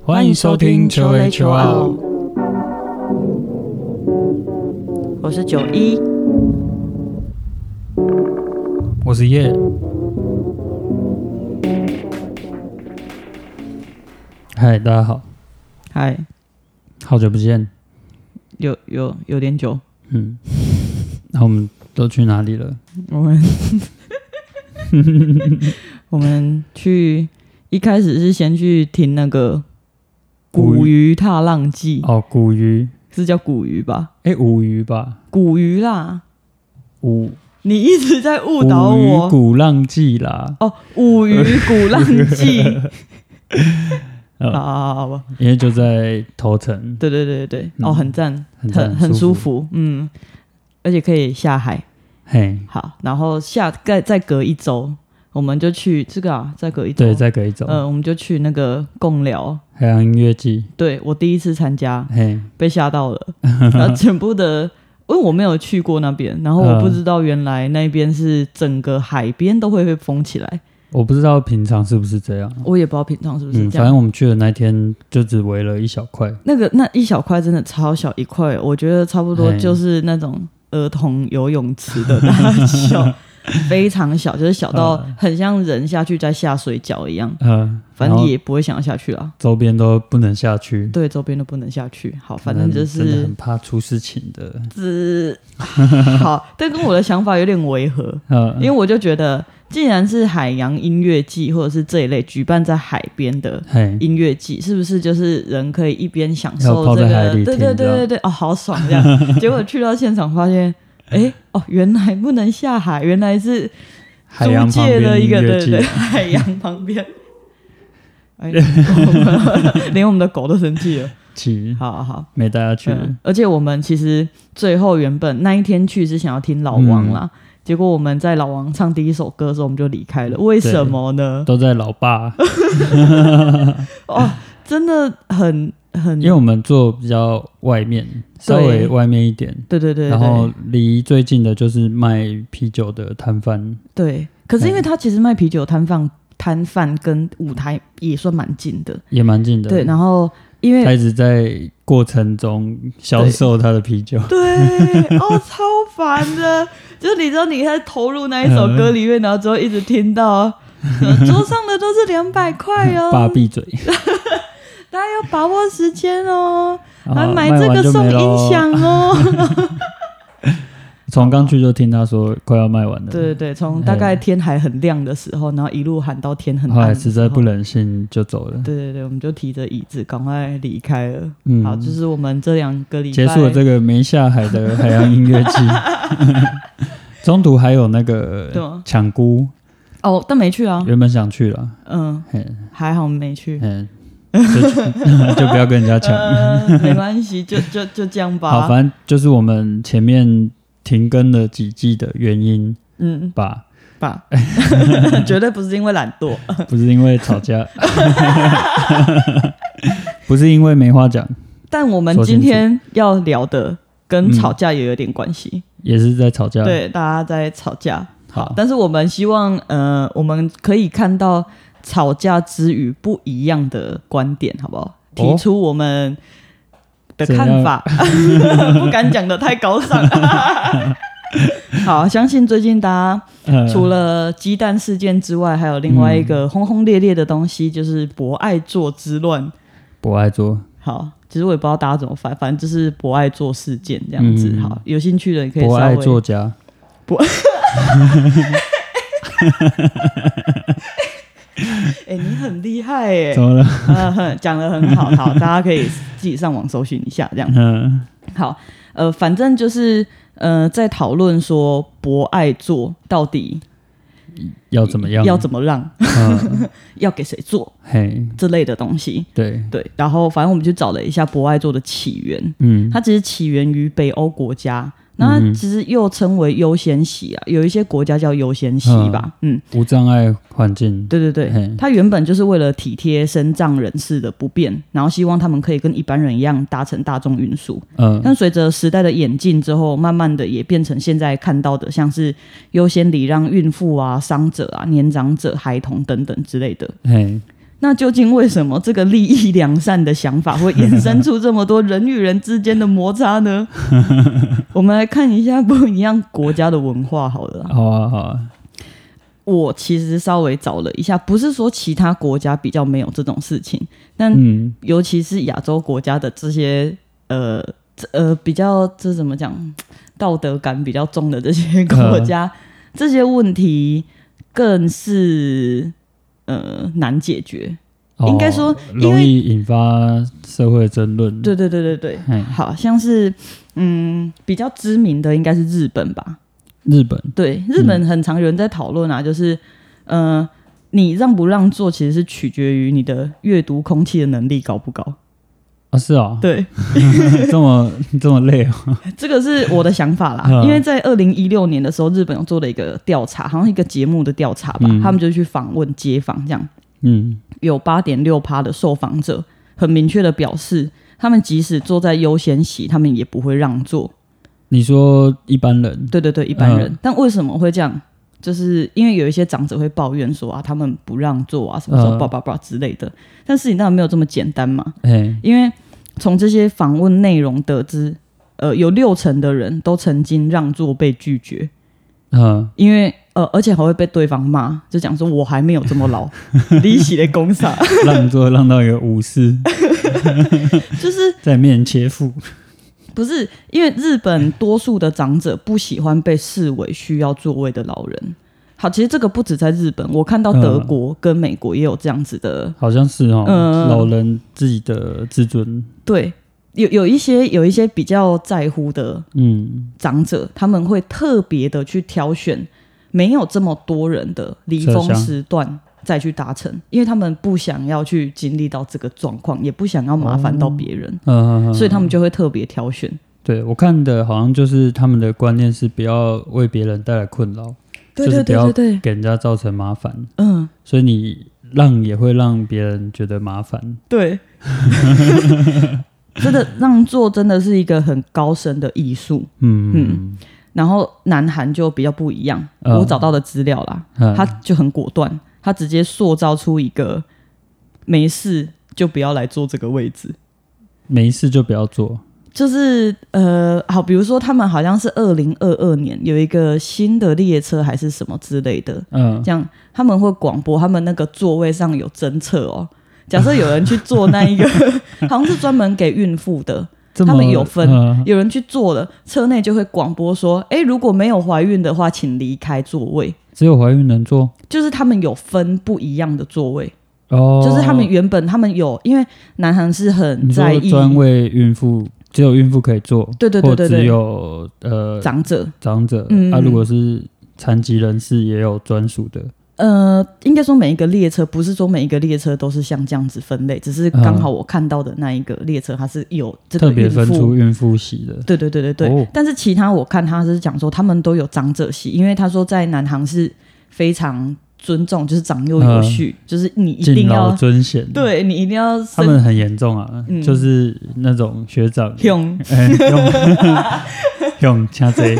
欢迎收听求雷求奥， 我是91， 我是叶。嗨，大家好， 嗨， 好久不见。 有点久。 那我们都去哪里了？ 我们去，一开始是先去听那个古鱼踏浪记。 哦，古鱼是叫古鱼吧？ 舞鱼吧？ 古鱼啦。 舞， 你一直在误导我。 舞鱼鼓浪记啦。 哦，舞鱼鼓浪记。好， 因为就在头城。 对，哦，很赞， 很舒服，而且可以下海。 嘿， 好，然后再隔一周，我们就去这个啊，再隔一周， 对，再隔一周， 我们就去那个贡寮海洋音乐季。 对，我第一次参加， 嘿， 被吓到了，然后全部的，因为我没有去过那边，然后我不知道原来那边是整个海边都会被封起来。 我不知道平常是不是这样， 我也不知道平常是不是这样。 反正我们去的那天就只围了一小块， 那一小块真的超小一块，我觉得差不多就是那种儿童游泳池的大小，非常小，就是小到很像人下去再下水饺一样。反正也不会想要下去啦， 周边都不能下去。 对，周边都不能下去。好，反正就是真的很怕出事情的。 好，但跟我的想法有点违和。因为我就觉得，既然是海洋音乐季或者是这一类举办在海边的音乐季，是不是就是人可以一边享受这个？对，哦，好爽这样。结果去到现场发现，原来不能下海，原来是租借的一个对海洋旁边。连我们的狗都生气了。好，没带他去而且我们其实最后原本那一天去是想要听老王啦，结果我们在老王唱第一首歌的时候我们就离开了。为什么呢？ 都在老爸。 哦，真的很， 因为我们坐比较外面，稍微外面一点。对，然后离最近的就是卖啤酒的摊贩。对， 可是因为他其实卖啤酒摊贩跟舞台也算蛮近的， 也蛮近的。 对，然后因为他一直在过程中销售他的啤酒。 对，超烦的。就是你知道你在投入那一首歌里面，然后之后一直听到桌上的都是200块哦， 爸闭嘴。 大家要把握时间哦，还买这个送音响哦。 从刚去就听他说快要卖完了。 对，从大概天还很亮的时候，然后一路喊到天很暗的时候， 后来实在不忍心就走了。 对，我们就提着椅子赶快离开了。好，就是我们这2个礼拜结束了这个没下海的海洋音乐季。中途还有那个抢菇但没去啊。 原本想去了， 还好没去。 就不要跟人家抢。 没关系，就这样吧。 好，反正就是我们前面停更了几季的原因，吧， 绝对不是因为懒惰， 不是因为吵架，不是因为没话讲。 但我们今天要聊的跟吵架也有点关系， 也是在吵架。 对，大家在吵架。好，但是我们希望，我们可以看到吵架之余不一样的观点，好不好？提出我们的看法。不敢讲的太高尚。好，相信最近大家除了鸡蛋事件之外，还有另外一个轰轰烈烈的东西，就是博爱座之乱。 博爱座， 好，其实我也不知道大家怎么反正就是博爱座事件这样子。好，有兴趣的你可以稍微。 博爱作家。 你很厉害耶！ 怎么了？ 讲得很好，好，大家可以自己上网搜寻一下，这样。好，反正就是在讨论说博爱座到底要怎么样， 要怎么让，要给谁做，这类的东西。对，然后反正我们就找了一下博爱座的起源。它其实起源于北欧国家。那它其实又称to优先席啊，有一些国家叫优先席吧。 无障碍环境。 对，它原本就是为了体贴身障人士的不便，然后希望他们可以跟一般人一样搭乘大众运输。但随着时代的演进之后，慢慢的也变成现在看到的，像是优先礼让孕妇啊、伤者啊、年长者、孩童等等之类的。 那究竟为什么这个利益良善的想法会衍生出这么多人与人之间的摩擦呢？我们来看一下不一样国家的文化好了。 好啊，好啊。 我其实稍微找了一下，不是说其他国家比较没有这种事情，但尤其是亚洲国家的这些比较这怎么讲道德感比较重的这些国家，这些问题更是难解决。应该说容易引发社会争论。 对对对对对，好像是比较知名的应该是日本吧。 日本对，日本很常有人在讨论啊，就是你让不让座其实是取决于你的阅读空气的能力高不高啊？是啊， 对， 这么累啊？ 这个是我的想法啦，因为在2016年的时候，日本有做了一个调查，好像一个节目的调查吧，他们就去访问街访，这样，有 8.6% 的受访者很明确的表示，他们即使坐在优先席，他们也不会让座。 你说一般人？ 对对对，一般人。但为什么会这样？就是因为有一些长者会抱怨说啊，他们不让座啊，什么什么叭叭叭之类的。但事情当然没有这么简单嘛。因为从这些访问内容得知，有60%的人都曾经让座被拒绝。因为而且还会被对方骂，就讲说我还没有这么老，你是在讲啥？ 让座让到一个武士， 就是在面切腹。 不是，因为日本多数的长者不喜欢被视为需要座位的老人。好，其实这个不止在日本，我看到德国跟美国也有这样子的， 好像是老人自己的自尊。 对，有一些比较在乎的长者，他们会特别的去挑选没有这么多人的离峰时段再去达成，因为他们不想要去经历到这个状况，也不想要麻烦到别人，所以他们就会特别挑选。 对，我看的好像就是他们的观念是不要为别人带来困扰， 对对对对对， 就是不要给人家造成麻烦。所以你让也会让别人觉得麻烦。对， 真的让座真的是一个很高深的艺术。然后南韩就比较不一样，我找到的资料啦，他就很果断。他直接塑造出一个没事就不要来坐这个位置， 没事就不要坐， 就是好，比如说他们好像是2022年有一个新的列车还是什么之类的，这样他们会广播，他们那个座位上有侦测哦，假设有人去坐那一个，好像是专门给孕妇的。他们有分，有人去坐了，车内就会广播说：“如果没有怀孕的话，请离开座位。” 只有怀孕能坐， 就是他们有分不一样的座位。就是他们原本他们有，因为南韩是很在意专为孕妇，只有孕妇可以坐， 对对对对对， 或只有长者， 如果是残疾人士也有专属的。 应该说每一个列车不是说每一个列车都是像这样子分类，只是刚好我看到的那一个列车它是有这个特别分出孕妇席的。 对对对对对，但是其他我看他是讲说他们都有长者席，因为他说在南韩是非常尊重，就是长幼有序，就是你一定要敬老尊贤， 对你一定要。 他们很严重啊，就是那种学长用掐贼。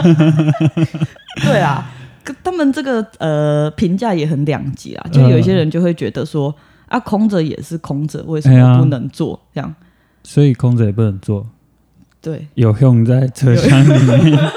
对啊。他们这个评价也很两极啦，就有一些人就会觉得说空着也是空着，为什么不能坐？这样， 所以空着也不能坐。 对， 有用在车厢里面。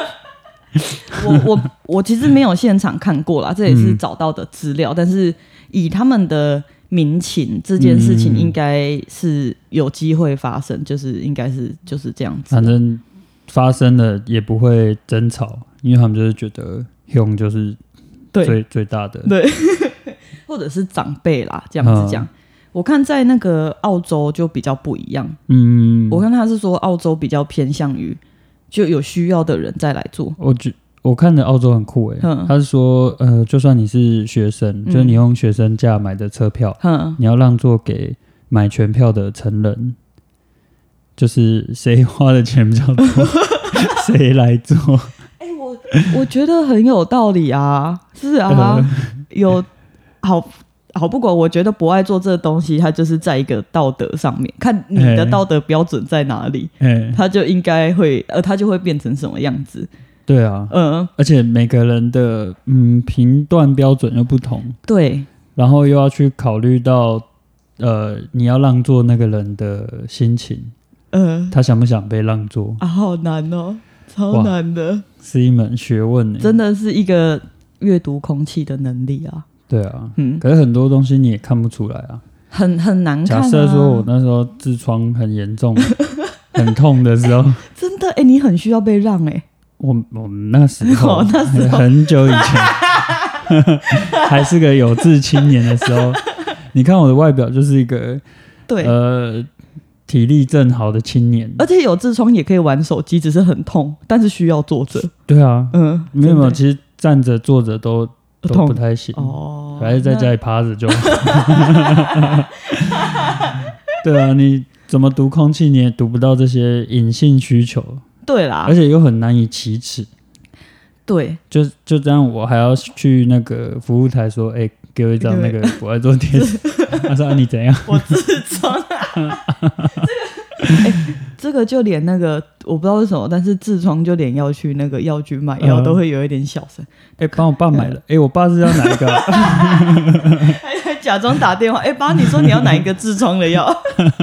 我其实没有现场看过啦，这也是找到的资料，但是以他们的民情，这件事情应该是有机会发生，就是应该是就是这样子。 反正发生了也不会争吵，因为他们就是觉得。用就是最大的， 对，或者是长辈啦，这样子讲。我看在那个澳洲就比较不一样，我看他是说澳洲比较偏向于就有需要的人再来做。 我看的澳洲很酷他是说就算你是学生，就是你用学生价买的车票，你要让座给买全票的成人，就是谁花的钱比较多，谁来做。 我觉得很有道理啊，是啊，有好不管，我觉得不爱做这个东西，它就是在一个道德上面，看你的道德标准在哪里，它就应该会，它就会变成什么样子。 对啊，而且每个人的评断标准又不同， 对， 然后又要去考虑到你要让座那个人的心情，他想不想被让座啊？好难哦，超难的， 是一门学问， 真的是一个阅读空气的能力啊。 对啊，可是很多东西你也看不出来啊， 很难看啊。 假设说我那时候痔疮很严重很痛的时候， 真的你很需要被让我那时候很久以前还是个有志青年的时候，你看我的外表就是一个对体力正好的青年， 而且有痔疮也可以玩手机，只是很痛，但是需要坐着。 对啊，没有，其实站着坐着都不太行还是在家里趴着就好。对啊，你怎么读空气你也读不到这些隐性需求。 对啦， 而且又很难以启齿。 对， 就这样，我还要去那个服务台说：“给我一张那个博爱座贴纸。”他说：“你怎样？” 我痔疮啊！这个就连那个我不知道为什么，但是痔疮就连要去那个药局买药都会有一点小声。 帮我爸买了。我爸是要哪一个？ 还假装打电话。爸，你说你要哪一个痔疮的药？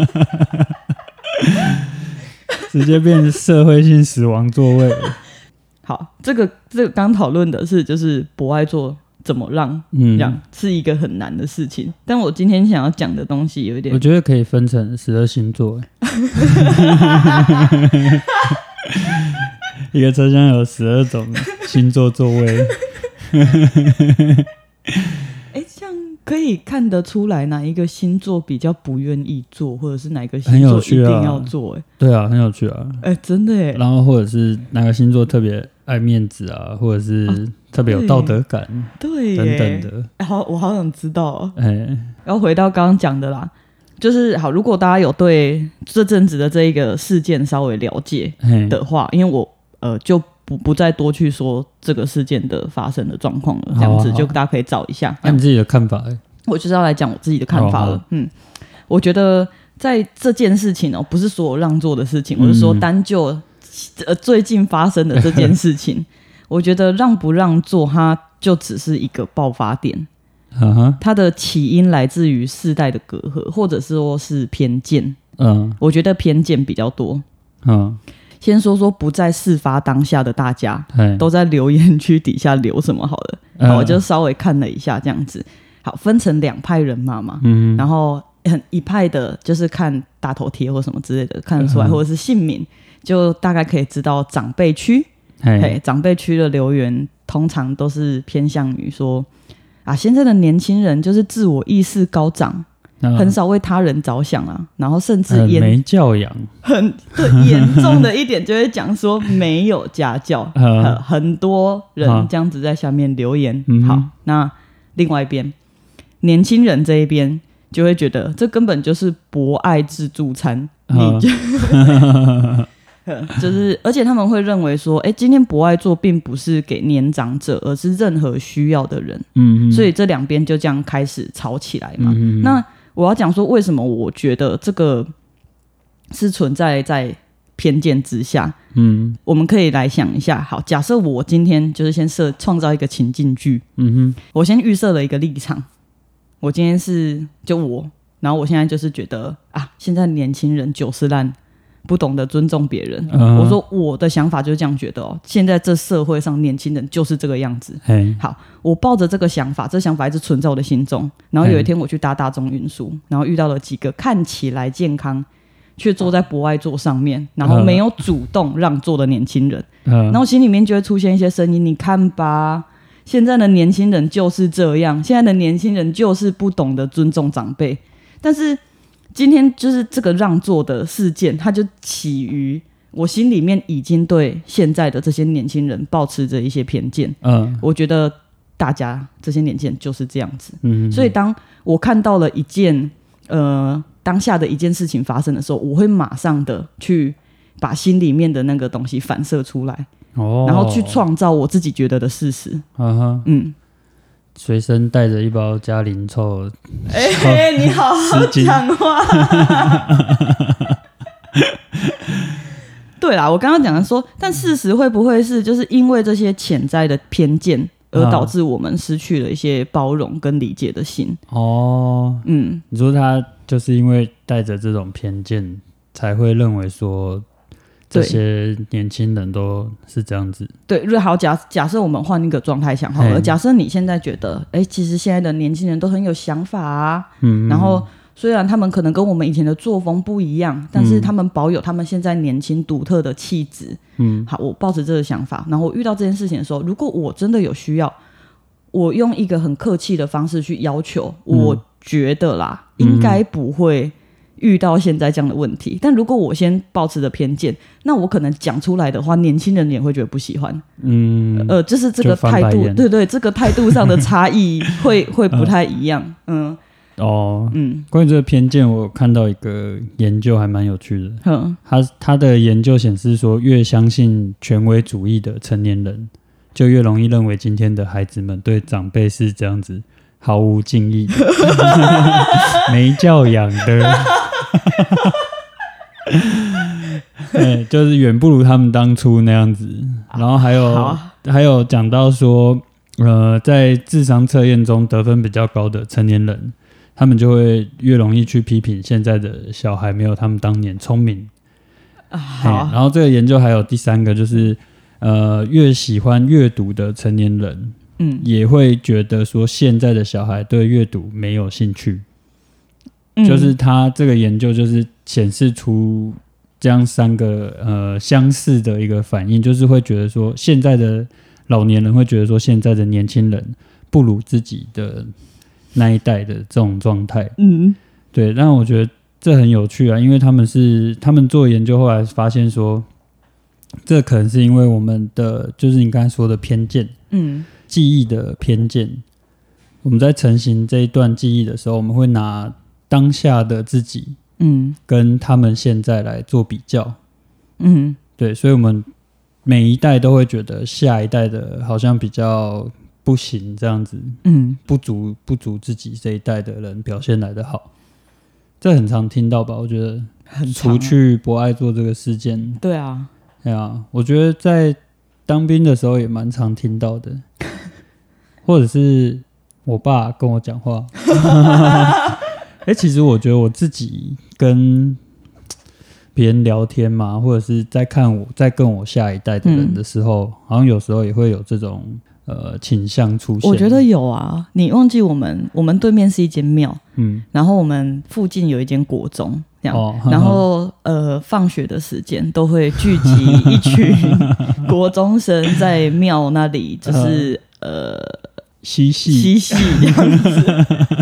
直接变成社会性死亡座位了。 好，这个刚讨论的是就是博爱座怎么让，是一个很难的事情。但我今天想要讲的东西有一点， 我觉得可以分成12星座。一个车厢有12种星座座位。 这样可以看得出来哪一个星座比较不愿意做，或者是哪一个星座一定要做。 对啊，很有趣啊。 真的耶。然后或者是哪个星座特别爱面子啊，或者是特别有道德感， 对等等的。 我好想知道然后回到刚刚讲的啦，就是好，如果大家有对这阵子的这一个事件稍微了解的话，因为我就不再多去说这个事件的发生的状况了，这样子就大家可以找一下。 你自己的看法我就是要来讲我自己的看法了。我觉得在这件事情不是所有让座的事情，我是说单就最近发生的这件事情，我觉得让不让座它就只是一个爆发点。它的起因来自于世代的隔阂，或者说是偏见。我觉得偏见比较多。先说不在事发当下的大家都在留言区底下留什么好了。我就稍微看了一下这样子。好，分成2派人马嘛。然后一派的就是看大头贴或什么之类的看得出来，或者是姓名，就大概可以知道长辈区。长辈区的留言通常都是偏向于说现在的年轻人就是自我意识高涨，很少为他人着想啊，然后甚至没教养， 对，严重的一点就会讲说没有家教。很多人这样子在下面留言。好，那另外一边年轻人这一边就会觉得这根本就是博爱自助餐。就是而且他们会认为说今天博爱座并不是给年长者，而是任何需要的人。所以这两边就这样开始吵起来嘛。那我要讲说为什么我觉得这个是存在偏见之下。我们可以来想一下。好，假设我今天就是先创造一个情境剧。我先预设了一个立场，我今天是就我，然后我现在就是觉得现在年轻人90烂，不懂得尊重别人。我说我的想法就是这样觉得现在这社会上年轻人就是这个样子。好，我抱着这个想法，这想法一直存在我的心中。然后有一天我去搭大众运输，然后遇到了几个看起来健康却坐在博爱座上面，然后没有主动让座的年轻人。然后心里面就会出现一些声音，你看吧，现在的年轻人就是这样，现在的年轻人就是不懂得尊重长辈。但是今天就是这个让座的事件，它就起于我心里面已经对现在的这些年轻人抱持着一些偏见。我觉得大家这些年轻人就是这样子。所以当我看到了一件当下的一件事情发生的时候，我会马上的去把心里面的那个东西反射出来。然后去创造我自己觉得的事实。 随身带着一包嘉龄臭。 你好好讲话。对啦，我刚刚讲的说，但事实会不会是就是因为这些潜在的偏见而导致我们失去了一些包容跟理解的心？ 你说他就是因为带着这种偏见，才会认为说这些年轻人都是这样子。 对，好，假设我们换一个状态想好了，假设你现在觉得，其实现在的年轻人都很有想法啊，然后虽然他们可能跟我们以前的作风不一样，但是他们保有他们现在年轻独特的气质。好，我抱持这个想法，然后我遇到这件事情的时候，如果我真的有需要，我用一个很客气的方式去要求，我觉得啦，应该不会遇到现在这样的问题。但如果我先抱持的偏见，那我可能讲出来的话，年轻人也会觉得不喜欢。就是这个态度，对，这个态度上的差异会不太一样。 关于这个偏见，我看到一个研究还蛮有趣的。他的研究显示说，越相信权威主义的成年人，就越容易认为今天的孩子们对长辈是这样子毫无敬意的没教养的就是远不如他们当初那样子。然后还有讲到说在智商测验中得分比较高的成年人，他们就会越容易去批评现在的小孩没有他们当年聪明。然后这个研究还有第三个，就是越喜欢阅读的成年人也会觉得说现在的小孩对阅读没有兴趣。就是他这个研究就是显示出这样三个相似的一个反应，就是会觉得说现在的老年人会觉得说现在的年轻人不如自己的那一代的这种状态。对，但我觉得这很有趣啊，因为他们做研究后来发现说，这可能是因为我们的就是你刚才说的偏见，记忆的偏见。我们在成型这一段记忆的时候，我们会拿当下的自己，跟他们现在来做比较，对，所以我们每一代都会觉得下一代的好像比较不行这样子，不足自己这一代的人表现来得好。这很常听到吧？我觉得除去博爱做这个事件， 对啊， 我觉得在当兵的时候也蛮常听到的，或者是我爸跟我讲话。其实我觉得我自己跟别人聊天嘛，或者是在跟我下一代的人的时候，好像有时候也会有这种倾向出现。 我觉得有啊，你忘记我们对面是一间庙，然后我们附近有一间国中，这样，然后放学的时间都会聚集一群国中生在庙那里，就是嬉戏这样子。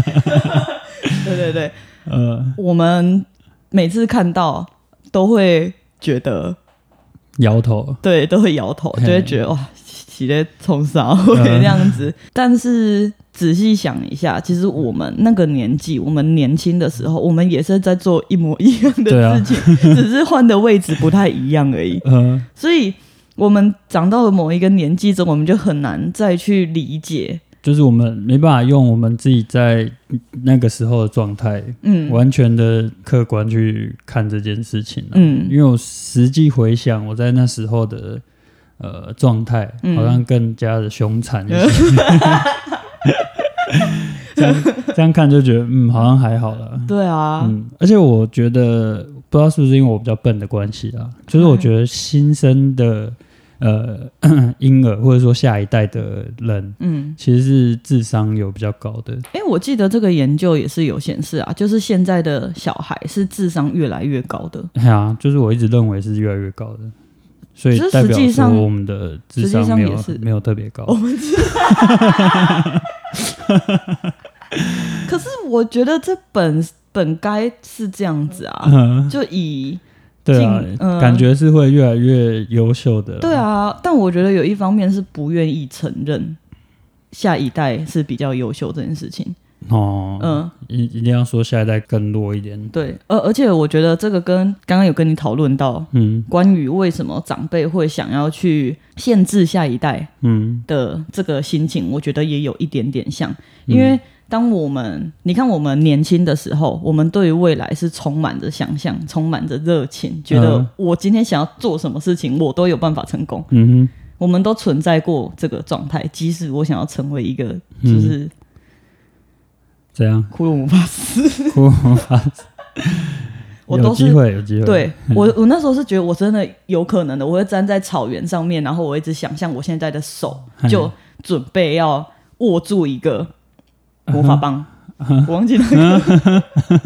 对，我们每次看到都会觉得摇头， 对，都会摇头，就会觉得哇，起来冲啥会这样子。但是仔细想一下，其实我们那个年纪，我们年轻的时候，我们也是在做一模一样的事情，只是换的位置不太一样而已。所以我们长到了某一个年纪中，我们就很难再去理解。 就是我们没办法用我们自己在那个时候的状态，完全的客观去看这件事情，因为我实际回想我在那时候的状态，好像更加的凶残一些。这样看就觉得好像还好啦。 对啊， 而且我觉得不知道是不是因为我比较笨的关系啦，就是我觉得新生的婴儿或者说下一代的人，其实是智商有比较高的。 我记得这个研究也是有显示啊，就是现在的小孩是智商越来越高的。 就是我一直认为是越来越高的，所以代表说我们的智商没有特别高。 我们知道。可是我觉得这本该是这样子啊，就以。 对啊，感觉是会越来越优秀的。 对啊，但我觉得有一方面是不愿意承认下一代是比较优秀这件事情。一定要说下一代更弱一点。对，而且我觉得这个跟刚刚有跟你讨论到，关于为什么长辈会想要去限制下一代的这个心情，我觉得也有一点点像，因为。当你看我们年轻的时候，我们对于未来是充满着想象，充满着热情，觉得我今天想要做什么事情，我都有办法成功。我们都存在过这个状态，即使我想要成为一个就是怎样？ 骷髅魔法师， 骷髅魔法师。我都是有机会。 对我那时候是觉得我真的有可能的，我会站在草原上面，然后我一直想象我现在的手就准备要握住一个魔法棒，我忘记那个。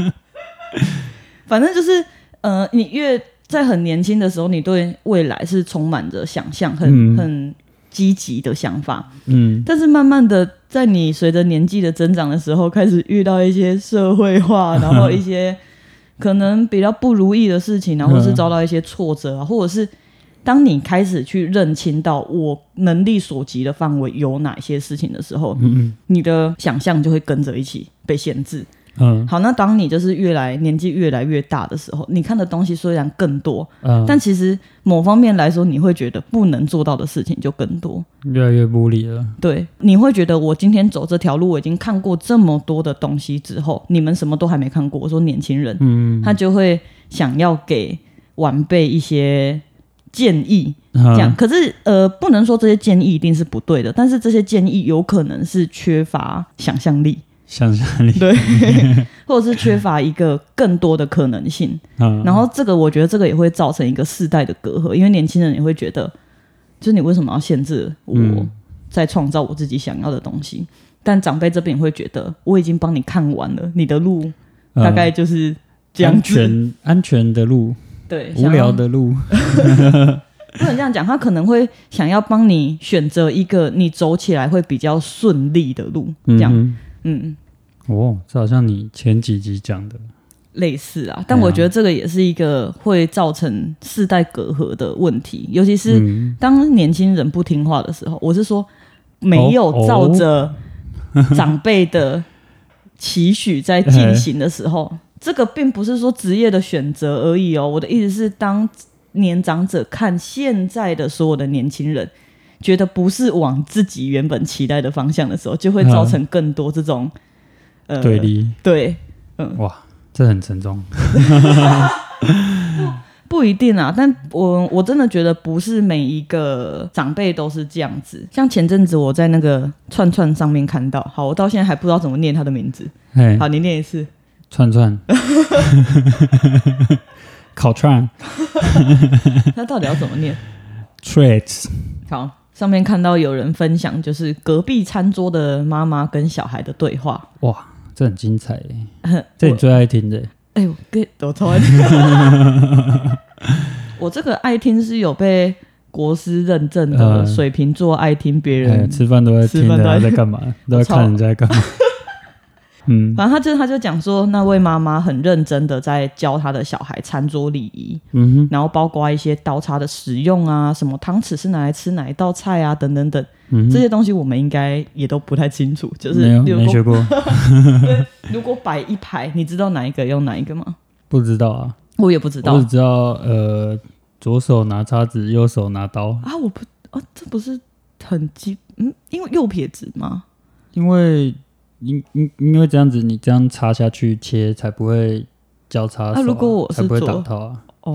反正就是你越在很年轻的时候，你对未来是充满着想象，很积极的想法。但是慢慢的，在你随着年纪的增长的时候，开始遇到一些社会化，然后一些可能比较不如意的事情，然后是遭到一些挫折啊，或者是当你开始去认清到我能力所及的范围有哪些事情的时候，你的想象就会跟着一起被限制。好，那当你就是年纪越来越大的时候，你看的东西虽然更多，但其实某方面来说，你会觉得不能做到的事情就更多， 越来越无理了。 对，你会觉得我今天走这条路，我已经看过这么多的东西之后，你们什么都还没看过。我说年轻人，他就会想要给晚辈一些建议，这样。可是不能说这些建议一定是不对的，但是这些建议有可能是缺乏想象力。对，或者是缺乏一个更多的可能性。然后我觉得这个也会造成一个世代的隔阂，因为年轻人也会觉得，就是你为什么要限制我在创造我自己想要的东西？但长辈这边也会觉得，我已经帮你看完了，你的路大概就是这样子， 安全的路， 对， 无聊的路。 不能这样讲，他可能会想要帮你选择一个你走起来会比较顺利的路，这样。 这好像你前几集讲的类似啊，但我觉得这个也是一个会造成世代隔阂的问题，尤其是当年轻人不听话的时候，我是说没有照着长辈的期许在进行的时候，这个并不是说职业的选择而已哦。我的意思是，当年长者看现在的所有的年轻人，觉得不是往自己原本期待的方向的时候，就会造成更多这种对立。 对， 哇，这很沉重。 不一定啊，但我真的觉得不是每一个长辈都是这样子。像前阵子我在那个串串上面看到，好，我到现在还不知道怎么念他的名字。好，你念一次。 串串。烤串。 他到底要怎么念 ？Treats。 好。上面看到有人分享，就是隔壁餐桌的妈妈跟小孩的对话。 哇，这很精彩耶！这你最爱听的？ 我超爱听。我这个爱听是有被国师认证的水瓶座爱听别人吃饭都在听的，在干嘛？都在看人家在干嘛？ 反正他就讲说，那位妈妈很认真的在教他的小孩餐桌礼仪，然后包括一些刀叉的使用啊，什么汤匙是拿来吃哪一道菜啊，等等等，这些东西我们应该也都不太清楚，就是没学过。 对，如果摆一排，你知道哪一个用哪一个吗？ 不知道啊， 我也不知道， 我只知道左手拿叉子，右手拿刀啊，这不是很因为右撇子吗？ 因为这样子，你这样插下去切才不会交叉手， 如果我是才不会打套啊。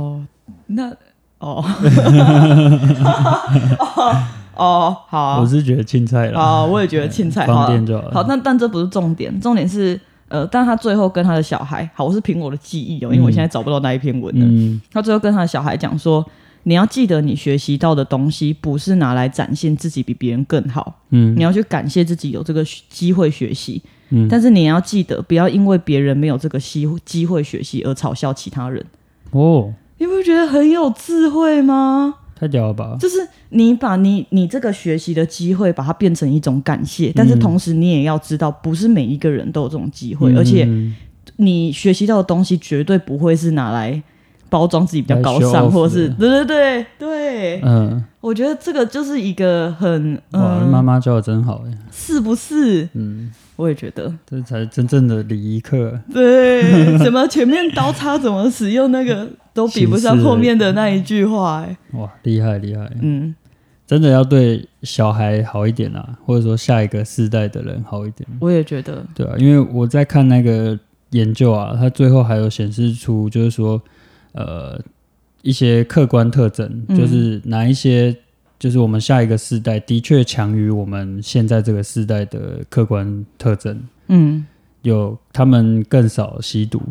好，我是觉得青菜啦。 我也觉得青菜方便就好了。 好，但这不是重点，重点是但他最后跟他的小孩，好，我是凭我的记忆因为我现在找不到那一篇文了。他最后跟他的小孩讲说，你要记得你学习到的东西不是拿来展现自己比别人更好，你要去感谢自己有这个机会学习，但是你也要记得不要因为别人没有这个机会学习而嘲笑其他人。你不觉得很有智慧吗？ 太屌了吧！ 就是你把你这个学习的机会把它变成一种感谢，但是同时你也要知道不是每一个人都有这种机会，而且你学习到的东西绝对不会是拿来包装自己比较高尚，或者是对，我觉得这个就是一个很妈妈教的真好耶， 是不是？我也觉得这才是真正的礼仪课。 对，什么前面刀叉怎么使用，那个都比不上后面的那一句话耶。 哇，厉害！真的要对小孩好一点啦，或者说下一个世代的人好一点。 我也觉得， 对啊，因为我在看那个研究啊，它最后还有显示出，就是说，一些客观特征，就是哪一些，就是我们下一个世代的确强于我们现在这个世代的客观特征。 他们更少吸毒，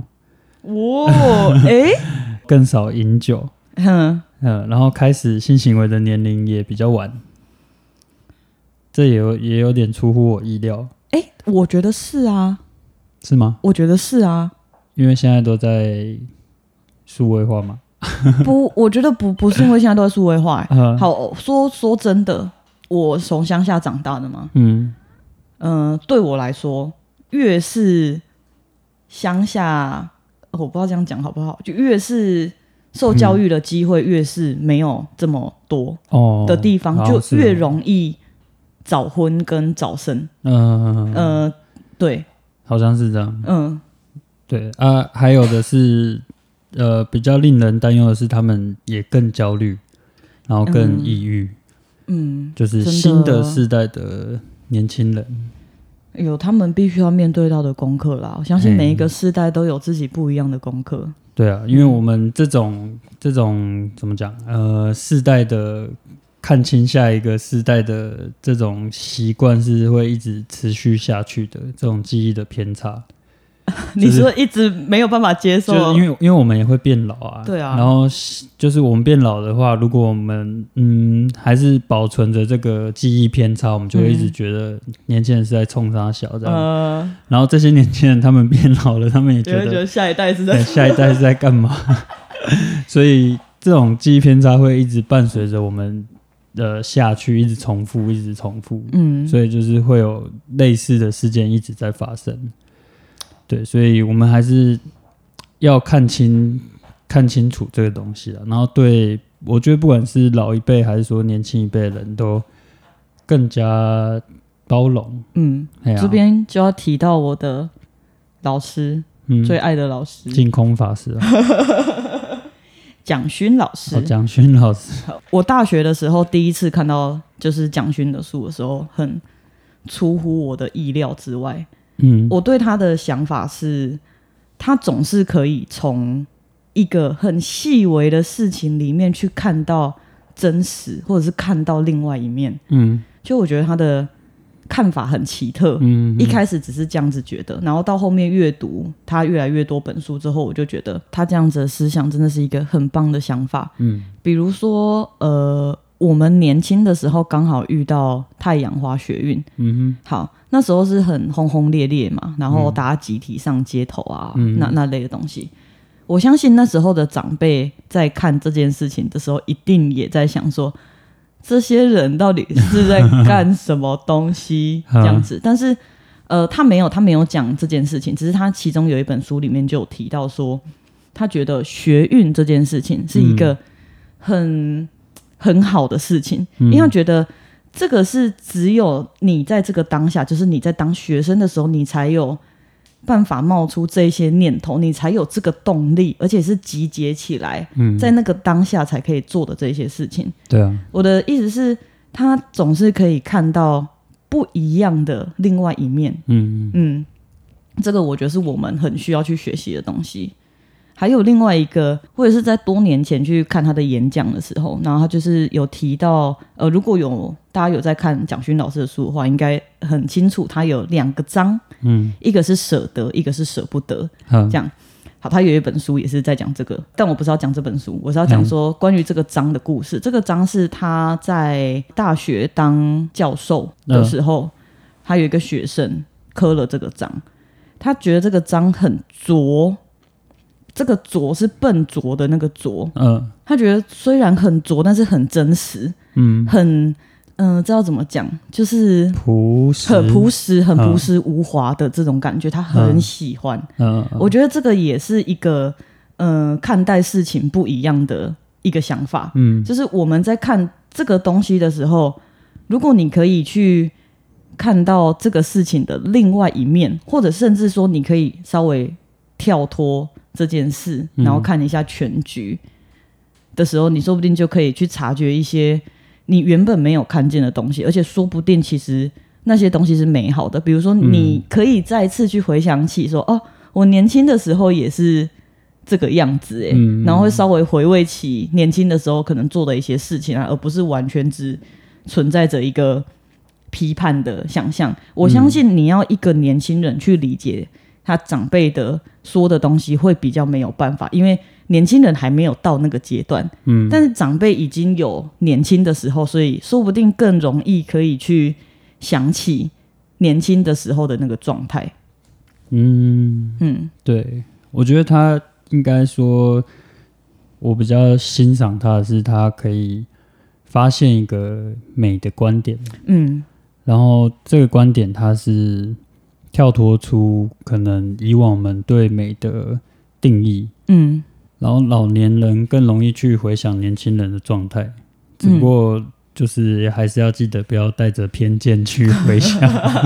更少饮酒，然后开始性行为的年龄也比较晚，这也有点出乎我意料。 我觉得是啊。 是吗？ 我觉得是啊， 因为现在都在数位化嘛。 不，我觉得不是因为现在都在数位化。好，说真的，我从乡下长大的嘛，对我来说，越是乡下，我不知道这样讲好不好，就越是受教育的机会越是没有这么多的地方，就越容易早婚跟早生。对。 好像是这样，对啊，还有的是，比较令人担忧的是，他们也更焦虑，然后更抑郁，就是新的世代的年轻人， 有他们必须要面对到的功课啦。我相信每一个世代都有自己不一样的功课。 对啊，因为我们这种怎么讲，世代的。看清下一个世代的这种习惯是会一直持续下去的，这种记忆的偏差， 你说一直没有办法接受， 就是因为我们也会变老啊， 对啊， 然后就是我们变老的话，如果我们还是保存着这个记忆偏差，我们就会一直觉得年轻人是在冲杀小这样，然后这些年轻人他们变老了，他们也觉得下一代是在干嘛，所以这种记忆偏差会一直伴随着我们。下去一直重复，所以就是会有类似的事件一直在发生。对，所以我们还是要看清楚这个东西啊。然后对，我觉得不管是老一辈还是说年轻一辈的人都更加包容。 这边就要提到我的老师，最爱的老师， 净空法师蒋勋老师， 蒋勋老师， 我大学的时候第一次看到就是蒋勋的书的时候，很出乎我的意料之外。我对他的想法是，他总是可以从一个很细微的事情里面去看到真实，或者是看到另外一面。就我觉得他的看法很奇特，一开始只是这样子觉得，然后到后面阅读他越来越多本书之后，我就觉得他这样子的思想真的是一个很棒的想法。比如说我们年轻的时候刚好遇到太阳花学运，好，那时候是很轰轰烈烈嘛，然后大家集体上街头啊，那类的东西。我相信那时候的长辈在看这件事情的时候，一定也在想说，这些人到底是在干什么东西这样子。但是他没有讲这件事情，只是他其中有一本书里面就有提到说，他觉得学运这件事情是一个很好的事情，因为他觉得这个是只有你在这个当下，就是你在当学生的时候，你才有办法冒出这些念头，你才有这个动力，而且是集结起来，在那个当下才可以做的这些事情。 对啊， 我的意思是，他总是可以看到不一样的另外一面。这个我觉得是我们很需要去学习的东西。还有另外一个，我也是在多年前去看他的演讲的时候，然后他就是有提到，如果大家有在看蒋勋老师的书的话，应该很清楚，他有2个章，一个是舍得，一个是舍不得，这样。好，他有一本书也是在讲这个，但我不是要讲这本书，我是要讲说关于这个章的故事。这个章是他在大学当教授的时候，他有一个学生刻了这个章，他觉得这个章很拙。这个拙是笨拙的那个拙，他觉得虽然很拙，但是很真实，很知道怎么讲，就是朴实，很朴实无华的这种感觉，他很喜欢。我觉得这个也是一个看待事情不一样的一个想法。就是我们在看这个东西的时候，如果你可以去看到这个事情的另外一面，或者甚至说你可以稍微跳脱这件事，然后看一下全局的时候，你说不定就可以去察觉一些你原本没有看见的东西，而且说不定其实那些东西是美好的。比如说你可以再次去回想起说，我年轻的时候也是这个样子然后会稍微回味起年轻的时候可能做的一些事情而不是完全只存在着一个批判的想象。我相信你要一个年轻人去理解他长辈的说的东西会比较没有办法，因为年轻人还没有到那个阶段，但是长辈已经有年轻的时候，所以说不定更容易可以去想起年轻的时候的那个状态。 对，我觉得他应该说，我比较欣赏他的是他可以发现一个美的观点，然后这个观点它是跳脱出可能以往我们对美的定义，然后老年人更容易去回想年轻人的状态，只不过就是还是要记得不要带着偏见去回想，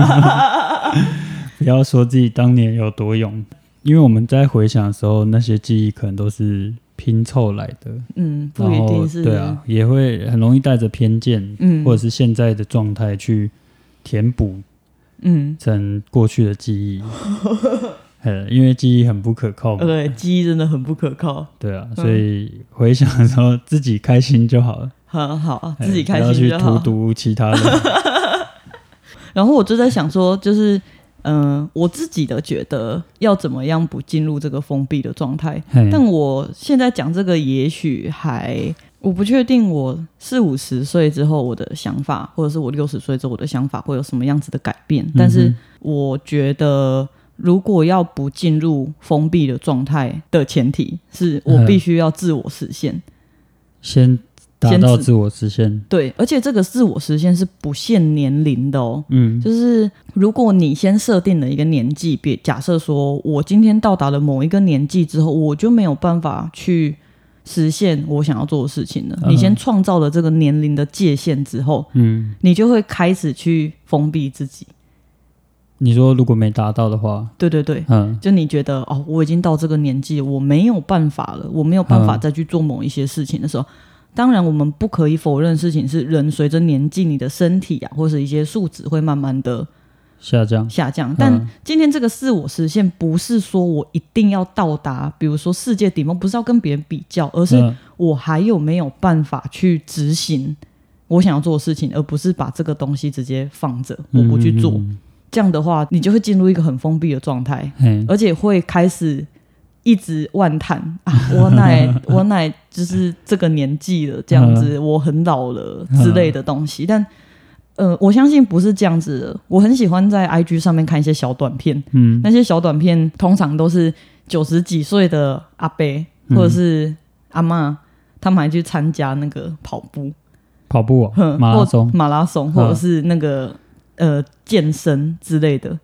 不要说自己当年有多勇，因为我们在回想的时候，那些记忆可能都是拼凑来的， 不一定是， 对啊，也会很容易带着偏见，或者是现在的状态去填补，成过去的记忆。因为记忆很不可靠嘛， 对，记忆真的很不可靠。 对啊，所以回想的时候自己开心就好了。 好，自己开心就好， 不要去荼毒其他人。 然后我就在想说，就是我自己的觉得要怎么样不进入这个封闭的状态。但我现在讲这个，也许我不确定我40-50岁之后我的想法，或者是我60岁之后我的想法会有什么样子的改变。但是我觉得如果要不进入封闭的状态的前提是我必须要自我实现， 先达到自我实现。 对，而且这个自我实现是不限年龄的哦。就是如果你先设定了一个年纪，假设说我今天到达了某一个年纪之后，我就没有办法去实现我想要做的事情了。你先创造了这个年龄的界限之后，你就会开始去封闭自己。 你说如果没达到的话， 对，就你觉得我已经到这个年纪，我没有办法了，我没有办法再去做某一些事情的时候，当然我们不可以否认的事情是，人随着年纪，你的身体啊，或是一些数值会慢慢的下降。但今天这个自我实现，不是说我一定要到达，比如说世界顶峰，不是要跟别人比较，而是我还有没有办法去执行我想要做的事情，而不是把这个东西直接放着，我不去做。这样的话，你就会进入一个很封闭的状态，而且会开始一直妄叹我奶就是这个年纪了，这样子我很老了之类的东西。但我相信不是这样子的。我很喜欢在 IG 上面看一些小短片，那些小短片通常都是90几岁的阿伯或者是阿嬷，他们还去参加那个跑步马拉松或者是那个健身之类的。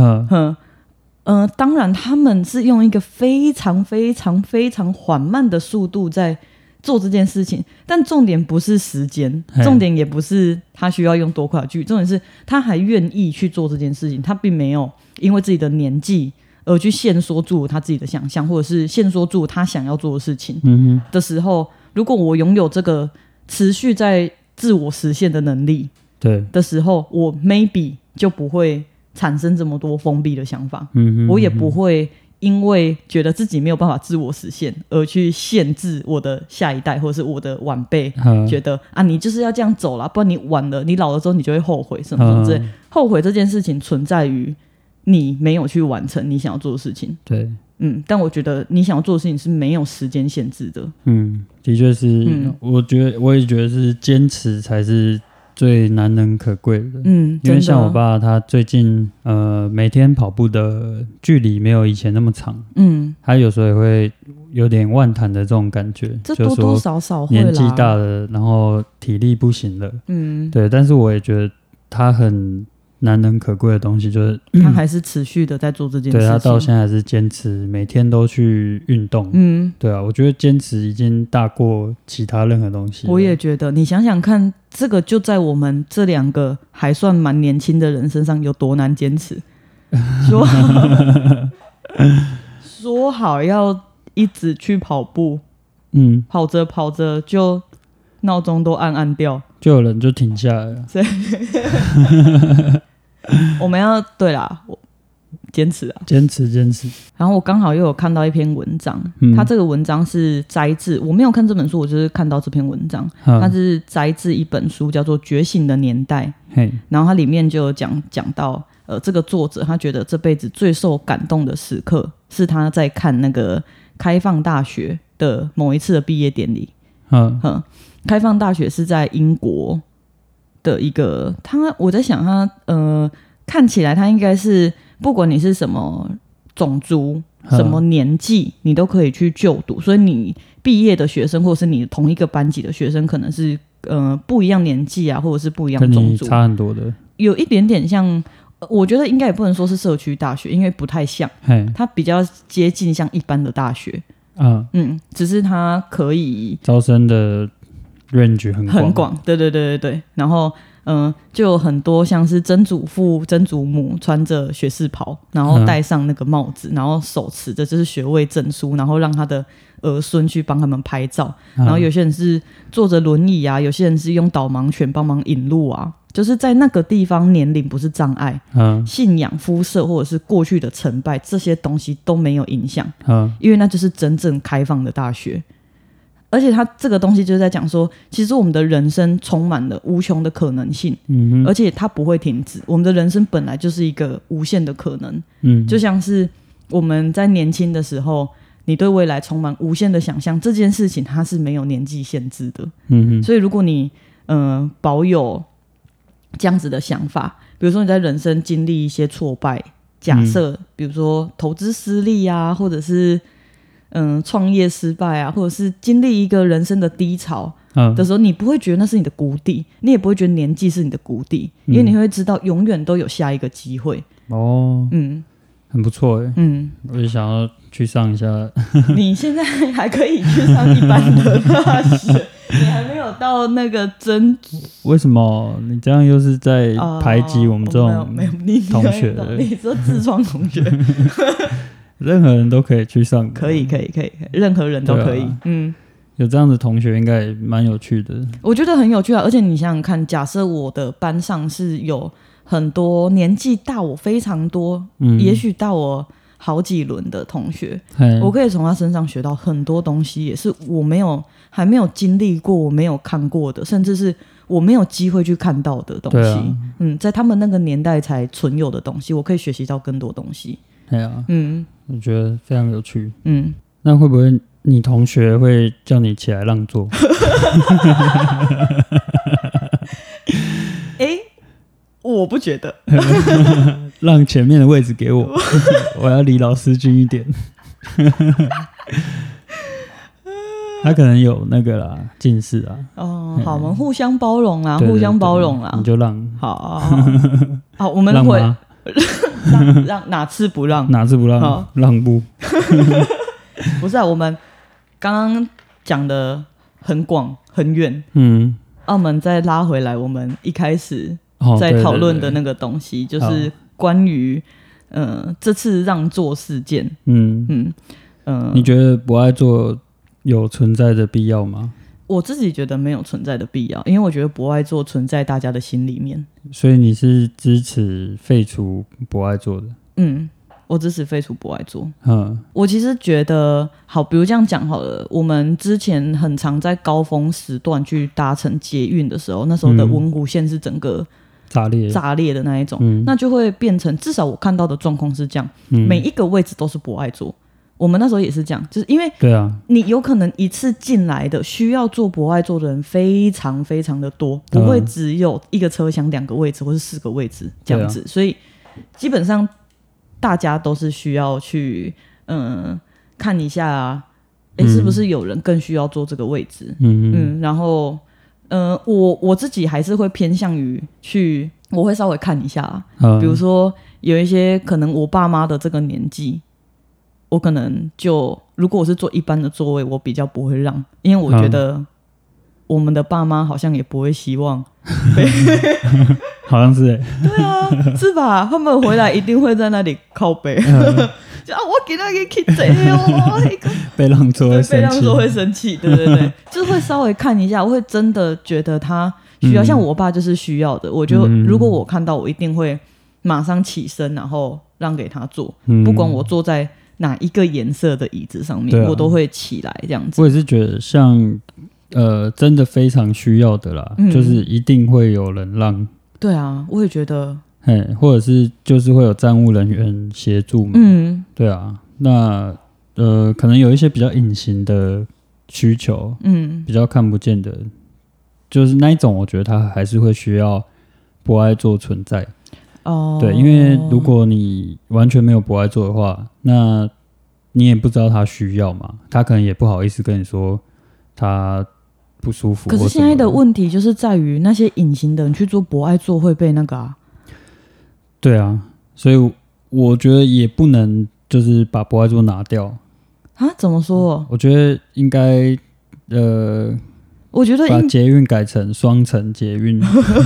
当然他们是用一个非常非常非常缓慢的速度在做这件事情，但重点不是时间，重点也不是他需要用多快的距离，重点是他还愿意去做这件事情，他并没有因为自己的年纪而去限缩住他自己的想象，或者是限缩住他想要做的事情的时候，如果我拥有这个持续在自我实现的能力的时候，我 maybe 就不会产生这么多封闭的想法，我也不会因为觉得自己没有办法自我实现而去限制我的下一代或者是我的晚辈，觉得你就是要这样走啦，不然你晚了，你老了之后你就会后悔什么什么之类。后悔这件事情存在于你没有去完成你想要做的事情。对，但我觉得你想要做的事情是没有时间限制的。 的确是，我也觉得是坚持才是最难能可贵的。因为像我爸他最近每天跑步的距离没有以前那么长，他有时候也会有点万谈的这种感觉， 这多多少少会啦， 年纪大了，然后体力不行了，对，但是我也觉得他很难能可贵的东西就是他还是持续的在做这件事情， 对，他到现在还是坚持每天都去运动。对啊，我觉得坚持已经大过其他任何东西了。 我也觉得，你想想看，这个就在我们这两个还算蛮年轻的人身上有多难坚持。说好要一直去跑步，跑着跑着就闹钟都按掉， 就有人就停下来了。 我们要对啦， 坚持啊， 坚持。 然后我刚好又有看到一篇文章，它这个文章是摘自，我没有看这本书，我就是看到这篇文章，它是摘自一本书叫做《觉醒的年代》，然后它里面就有讲到，这个作者他觉得这辈子最受感动的时刻是他在看那个开放大学的某一次的毕业典礼。开放大学是在英国的一个，我在想他看起来他应该是不管你是什么种族什么年纪你都可以去就读，所以你毕业的学生或者是你同一个班级的学生可能是不一样年纪啊，或者是不一样种族， 跟你差很多的， 有一点点像，我觉得应该也不能说是社区大学，因为不太像，它比较接近像一般的大学，只是它可以招生的 range 很广， 对，然后就有很多像是曾祖父曾祖母穿着学士袍，然后戴上那个帽子，然后手持着就是学位证书，然后让他的儿孙去帮他们拍照，然后有些人是坐着轮椅啊，有些人是用导盲犬帮忙引路啊，就是在那个地方年龄不是障碍，信仰肤色或者是过去的成败这些东西都没有影响，因为那就是真正开放的大学。而且他这个东西就是在讲说，其实我们的人生充满了无穷的可能性，而且它不会停止。我们的人生本来就是一个无限的可能，就像是我们在年轻的时候，你对未来充满无限的想象，这件事情它是没有年纪限制的。所以如果你保有这样子的想法，比如说你在人生经历一些挫败，假设比如说投资失利啊，或者是创业失败啊，或者是经历一个人生的低潮的时候，你不会觉得那是你的谷底，你也不会觉得年纪是你的谷底，因为你会知道永远都有下一个机会。 很不错耶。我也想要去上一下。 你现在还可以去上一般的大学，你还没有到那个真。 为什么你这样又是在排挤我们这种同学？ 你说痔疮同学。 任何人都可以去上， 可以，任何人都可以。 有这样的同学应该也蛮有趣的。 我觉得很有趣啊，而且你想想看，假设我的班上是有很多年纪大我非常多，也许大我好几轮的同学，我可以从他身上学到很多东西，也是我还没有经历过，我没有看过的，甚至是我没有机会去看到的东西。在他们那个年代才存有的东西，我可以学习到更多东西。我觉得非常有趣。那会不会你同学会叫你起来让座？我不觉得。 让前面的位置给我，我要离老师近一点。他可能有那个啦，近视啊。 好，我们互相包容啦，互相包容啦。 你就让。 好，我们会让哪次不让？ 哪次不让？让步。 不是啊，我们刚刚讲的很广很远。我们再拉回来，我们一开始在讨论的那个东西，就是关于这次让座事件。 你觉得不爱做有存在的必要吗？ 我自己觉得没有存在的必要，因为我觉得博爱座存在大家的心里面。 所以你是支持废除博爱座的？ 我支持废除博爱座。我其实觉得好，比如这样讲好了，我们之前很常在高峰时段去搭乘捷运的时候，那时候的文湖线是整个炸裂的那一种，那就会变成，至少我看到的状况是这样，每一个位置都是博爱座。我们那时候也是这样，就是因为你有可能一次进来的需要做博爱座的人非常非常的多，不会只有一个车厢2个位置或是4个位置这样子，所以基本上大家都是需要去看一下是不是有人更需要坐这个位置。然后我自己还是会偏向于我会稍微看一下比如说有一些可能我爸妈的这个年纪，我可能如果我是坐一般的座位，我比较不会让，因为我觉得我们的爸妈好像也不会希望好像是对啊，是吧？他们回来一定会在那里靠背我给他给 k 贼被让座会生气，对，就是会稍微看一下，我会真的觉得他需要，像我爸就是需要的，我就如果我看到，我一定会马上起身，然后让给他坐，不管我坐在哪一个颜色的椅子上面，我都会起来这样子。 我也是觉得像真的非常需要的啦，就是一定会有人让。 对啊，我也觉得。 或者是就是会有站务人员协助嘛。对啊，那可能有一些比较隐形的需求，比较看不见的，就是那一种，我觉得它还是会需要博爱座存在。对，因为如果你完全没有博爱座的话，那你也不知道他需要嘛，他可能也不好意思跟你说他不舒服。 可是现在的问题就是在于那些隐形的人去做博爱座会被那个啊。 对啊，所以我觉得也不能就是把博爱座拿掉啊？怎么说？ 我觉得应该我觉得把捷运改成双层捷运。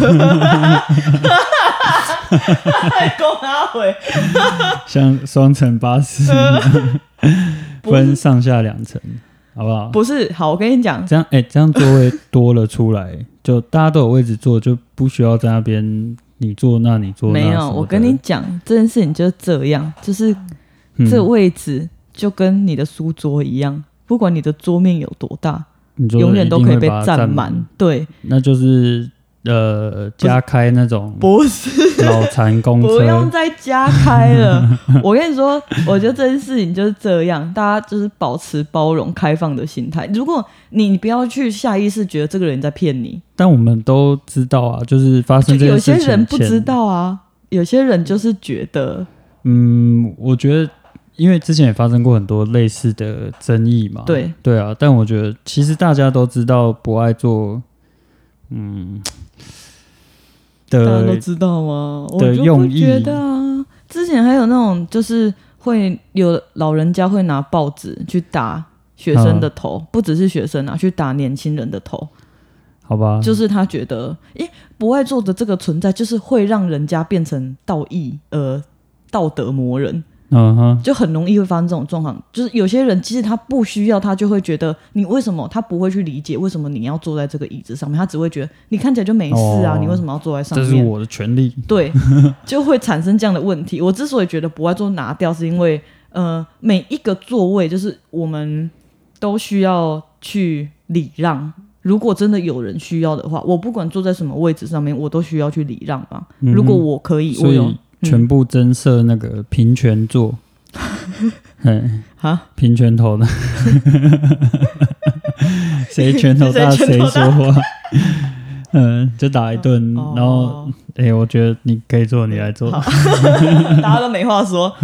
像双层巴士分上下2层，好不好？ 不是，好，我跟你讲， 这样座位多了出来，就大家都有位置坐，就不需要在那边你坐那你坐那。 没有，我跟你讲这件事情就是这样，就是这位置就跟你的书桌一样，不管你的桌面有多大，永远都可以被占满。对， 那就是加开那种不是脑残公车， 不用再加开了。我跟你说，我觉得这件事情就是这样，大家就是保持包容、开放的心态。如果你不要去下意识觉得这个人在骗你， 但我们都知道啊，就是发生这件事情， 有些人不知道啊，有些人就是觉得， 我觉得。因为之前也发生过很多类似的争议嘛，对啊，但我觉得其实大家都知道博爱座， 大家都知道吗？ 的用意。 我就不觉得啊，之前还有那种就是会有老人家会拿报纸去打学生的头，不只是学生啊，去打年轻人的头。 好吧， 就是他觉得，博爱座的这个存在，就是会让人家变成道德魔人。就很容易会发生这种状况，就是有些人其实他不需要，他就会觉得你为什么，他不会去理解为什么你要坐在这个椅子上面，他只会觉得你看起来就没事啊，你为什么要坐在上面？ 这是我的权利。 对，就会产生这样的问题。我之所以觉得博爱座拿掉，是因为每一个座位就是我们都需要去礼让。如果真的有人需要的话，我不管坐在什么位置上面，我都需要去礼让嘛。如果我可以，我有。 全部增设那个平权座，平拳头的，谁拳头大谁说话，就打一顿，然后我觉得你可以做，你来做， 大家都没话说。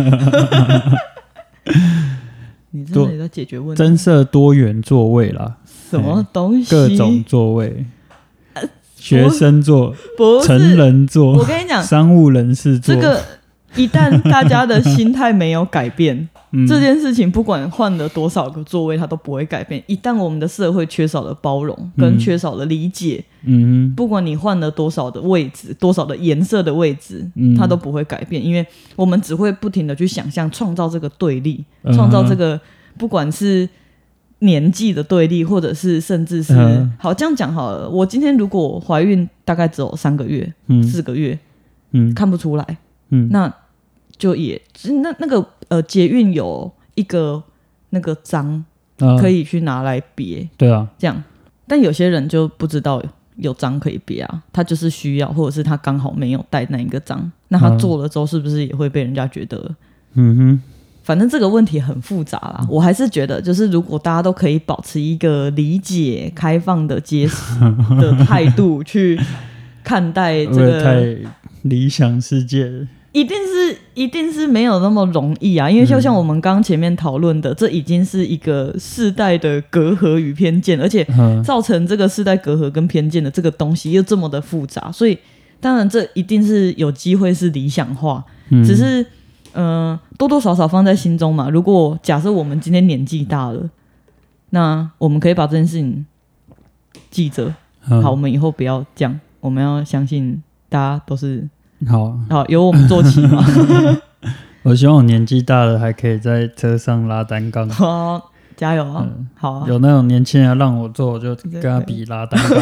你真的也在解决问题， 增设多元座位啦， 什么东西？ 各种座位。学生座、成人座， 我跟你讲， 商务人士座， 这个一旦大家的心态没有改变，这件事情不管换了多少个座位，它都不会改变。一旦我们的社会缺少了包容跟缺少了理解，不管你换了多少的位置、多少的颜色的位置，它都不会改变，因为我们只会不停的去想象，创造这个对立，创造这个不管是年纪的对立，或者是甚至是好这样讲好了，我今天如果怀孕大概只有3个月、4个月，看不出来，那就也那个捷运有一个那个章可以去拿来别， 对啊， 这样。但有些人就不知道有章可以别啊，他就是需要，或者是他刚好没有带那一个章，那他做了之后是不是也会被人家觉得反正这个问题很复杂啦，我还是觉得就是如果大家都可以保持一个理解、开放的的态度去看待这个太理想世界， 一定是没有那么容易啊，因为就像我们刚前面讨论的，这已经是一个世代的隔阂与偏见，而且造成这个世代隔阂跟偏见的这个东西又这么的复杂，所以当然这一定是有机会是理想化，只是多多少少放在心中嘛。如果假设我们今天年纪大了，那我们可以把这件事情记着。好，我们以后不要这样，我们要相信大家都是好由我们做起嘛。 我希望我年纪大了还可以在车上拉单杠。 加油啊！好啊， 有那种年轻人让我做，我就跟他比拉单杠。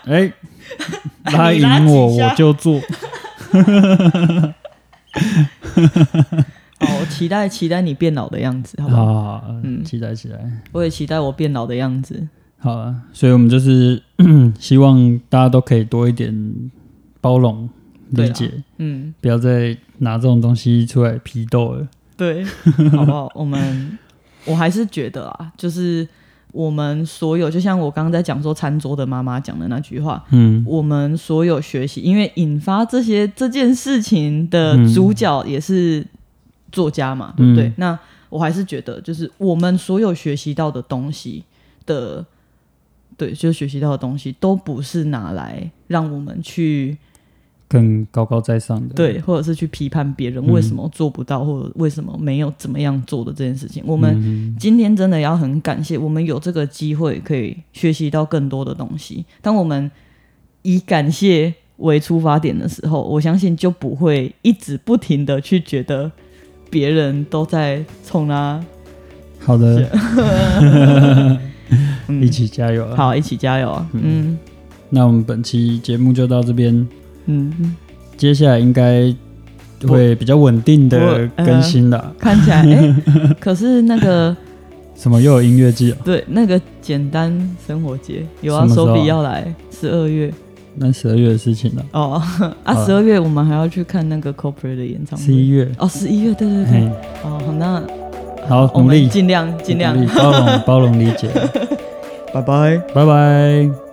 拉赢我就做。 好，我期待你变老的样子，好不好？ 期待。 我也期待我变老的样子。 好啊，所以我们就是希望大家都可以多一点包容、理解，不要再拿这种东西出来批斗了。 对，好不好？我还是觉得啊，就是我们所有，就像我刚刚在讲说餐桌的妈妈讲的那句话，我们所有学习，因为引发这件事情的主角也是作家嘛，对不对？那我还是觉得，就是我们所有学习到的东西的，对，就学习到的东西，都不是拿来让我们去更高高在上的， 对，或者是去批判别人为什么做不到，或者为什么没有怎么样做的这件事情。我们今天真的要很感谢，我们有这个机会可以学习到更多的东西。当我们以感谢为出发点的时候，我相信就不会一直不停的去觉得别人都在冲他。 好的，一起加油啊！ 好，一起加油啊！ 那我们本期节目就到这边。接下来应该会比较稳定的更新了。 看起来，可是那个什么又有音乐季了？ 对，那个简单生活节有啊，Sophie要来12月。 那12月的事情了。 哦，12月我们还要去看那个 Coldplay 的演唱会。 11月。 哦，11月，对对对。哦，那好，努力， 尽量包容理解。 拜拜， 拜拜。